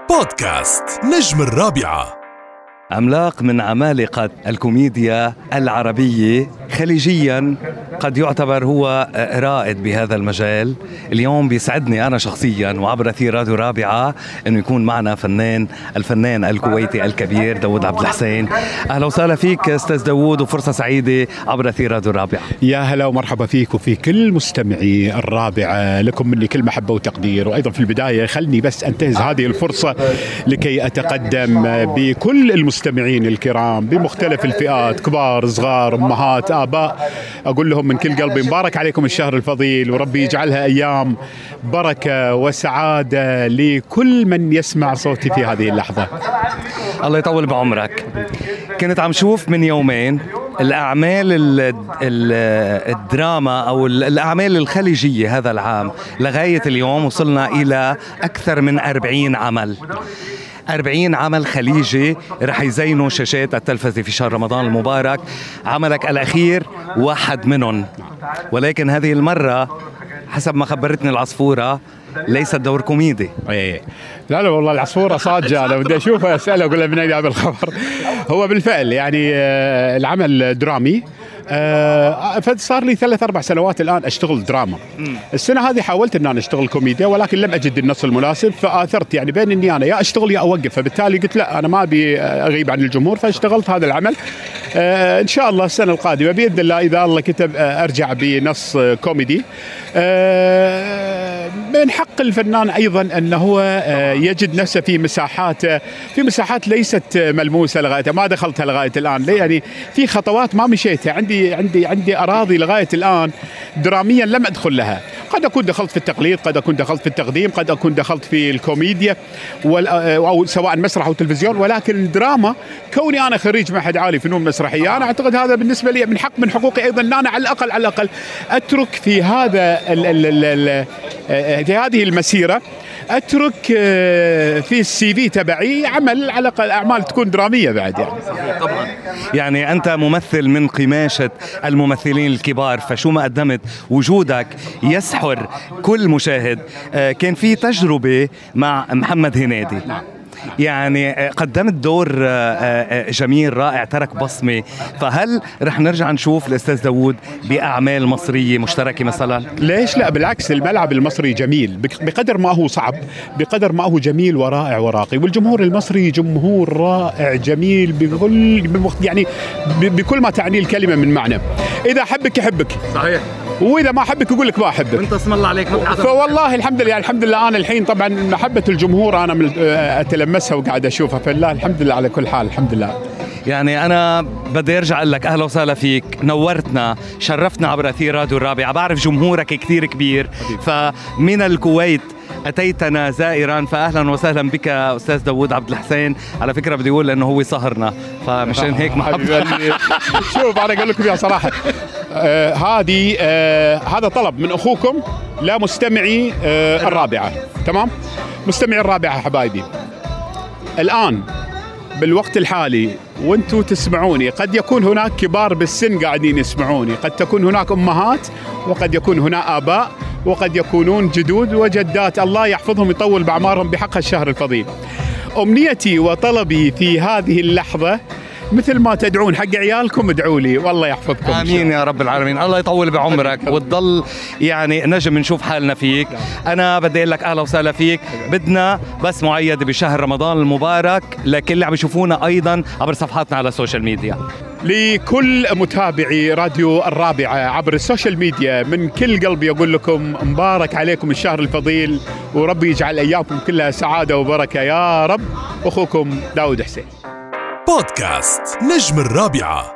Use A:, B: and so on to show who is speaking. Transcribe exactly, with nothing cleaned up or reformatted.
A: بودكاست نجم الرابعة،
B: عملاق من عمالقة الكوميديا العربية خليجيا، قد يعتبر هو رائد بهذا المجال. اليوم بيسعدني أنا شخصيا وعبر أثير راديو رابعة أنه يكون معنا فنان الفنان الكويتي الكبير داود عبد الحسين. أهلا وسهلا فيك أستاذ داود، وفرصة سعيدة عبر أثير راديو رابعة.
C: يا هلا ومرحبا فيك وفي كل مستمعي الرابعة، لكم مني كل محبة وتقدير. وأيضا في البداية خلني بس أنتهز هذه الفرصة لكي أتقدم بكل المستمعين الكرام بمختلف الفئات، كبار صغار أمهات آباء، أقول لهم من كل قلبي مبارك عليكم الشهر الفضيل، وربي يجعلها أيام بركة وسعادة لكل من يسمع صوتي في هذه اللحظة.
B: الله يطول بعمرك. كنت عم شوف من يومين الأعمال الدراما أو الأعمال الخليجية هذا العام لغاية اليوم وصلنا إلى أكثر من أربعين عمل أربعين عمل خليجي رح يزينوا شاشات التلفزة في شهر رمضان المبارك. عملك الأخير واحد منهم، ولكن هذه المرة حسب ما خبرتني العصفورة ليس الدور كوميدي.
C: ايه لا لا والله العصفورة صادجة، أنا بدي أشوفها أسأله أقول له من أين جاب الخبر. هو بالفعل يعني العمل درامي. آه فصار لي ثلاث أربع سنوات الآن أشتغل دراما. السنة هذه حاولت أن أنا أشتغل كوميديا ولكن لم أجد النص المناسب، فآثرت يعني بين إني أنا يا أشتغل يا أوقف، فبالتالي قلت لا أنا ما أبي أغيب عن الجمهور، فاشتغلت هذا العمل. آه إن شاء الله السنة القادمة بإذن الله إذا الله كتب آه أرجع بنص آه كوميدي. آه من حق الفنان أيضا أنه هو آه يجد نفسه في مساحات في مساحات ليست ملموسة لغاية ما دخلتها لغاية الآن، يعني في خطوات ما مشيتها. عندي عندي عندي أراضي لغاية الآن دراميا لم أدخل لها. قد أكون دخلت في التقليد، قد أكون دخلت في التقديم، قد أكون دخلت في الكوميديا أو سواء مسرح أو تلفزيون، ولكن الدراما كوني أنا خريج معهد عالي فنون مسرحية، أنا أعتقد هذا بالنسبة لي من حق من حقوقي أيضا أن أنا على الأقل على الأقل أترك في هذا ال ال ال ال في هذه المسيرة، أترك في السي في تبعي عمل على الأقل أعمال تكون درامية بعد. يعني
B: طبعا يعني أنت ممثل من قماشة الممثلين الكبار، فشو ما قدمت وجودك يسحر كل مشاهد. كان في تجربة مع محمد هنيدي، يعني قدمت دور جميل رائع ترك بصمة، فهل رح نرجع نشوف الأستاذ داود بأعمال مصرية مشتركة مثلا؟
C: ليش لا، بالعكس الملعب المصري جميل بقدر ما هو صعب، بقدر ما هو جميل ورائع وراقي، والجمهور المصري جمهور رائع جميل بكل يعني بكل ما تعني الكلمة من معنى. إذا حبك يحبك صحيح، وإذا ما حبك يقول لك ما أحبك.
B: أنت اسم الله عليك.
C: فوالله الحمد لله الحمد لله أنا الحين طبعا محبة الجمهور أنا أتلمسها وقاعد أشوفها، فالله الحمد لله على كل حال الحمد لله.
B: يعني أنا بدي أرجع أقول لك أهلا وسهلا فيك، نورتنا شرفتنا عبر أثير راديو الرابعة. بعرف جمهورك كتير كبير، فمن الكويت أتيتنا زائرا، فأهلا وسهلا بك أستاذ داود عبد الحسين. على فكرة بدي أقول لأنه هو سهرنا، فمشان هيك محبة.
C: شوف أنا أقول لكم يا صراحة آه هذه آه هذا طلب من أخوكم لا مستمعي آه الرابعة. تمام مستمعي الرابعة حبايبي، الآن بالوقت الحالي وانتم تسمعوني قد يكون هناك كبار بالسن قاعدين يسمعوني، قد تكون هناك أمهات، وقد يكون هناك آباء، وقد يكونون جدود وجدات، الله يحفظهم يطول بعمارهم بحق الشهر الفضيل. أمنيتي وطلبي في هذه اللحظة مثل ما تدعون حق عيالكم ادعوا لي والله يحفظكم.
B: آمين يا رب العالمين. الله يطول بعمرك وتضل يعني نجم نشوف حالنا فيك. أنا بدي أقول لك أهلا وسهلا فيك. بدنا بس معيد بشهر رمضان المبارك لكل اللي عم يشوفونا أيضا عبر صفحاتنا على السوشيال ميديا.
C: لكل متابعي راديو الرابعة عبر السوشيال ميديا من كل قلبي أقول لكم مبارك عليكم الشهر الفضيل، وربي يجعل أيامكم كلها سعادة وبركة يا رب. أخوكم داود حسين.
A: بودكاست نجم الرابعة.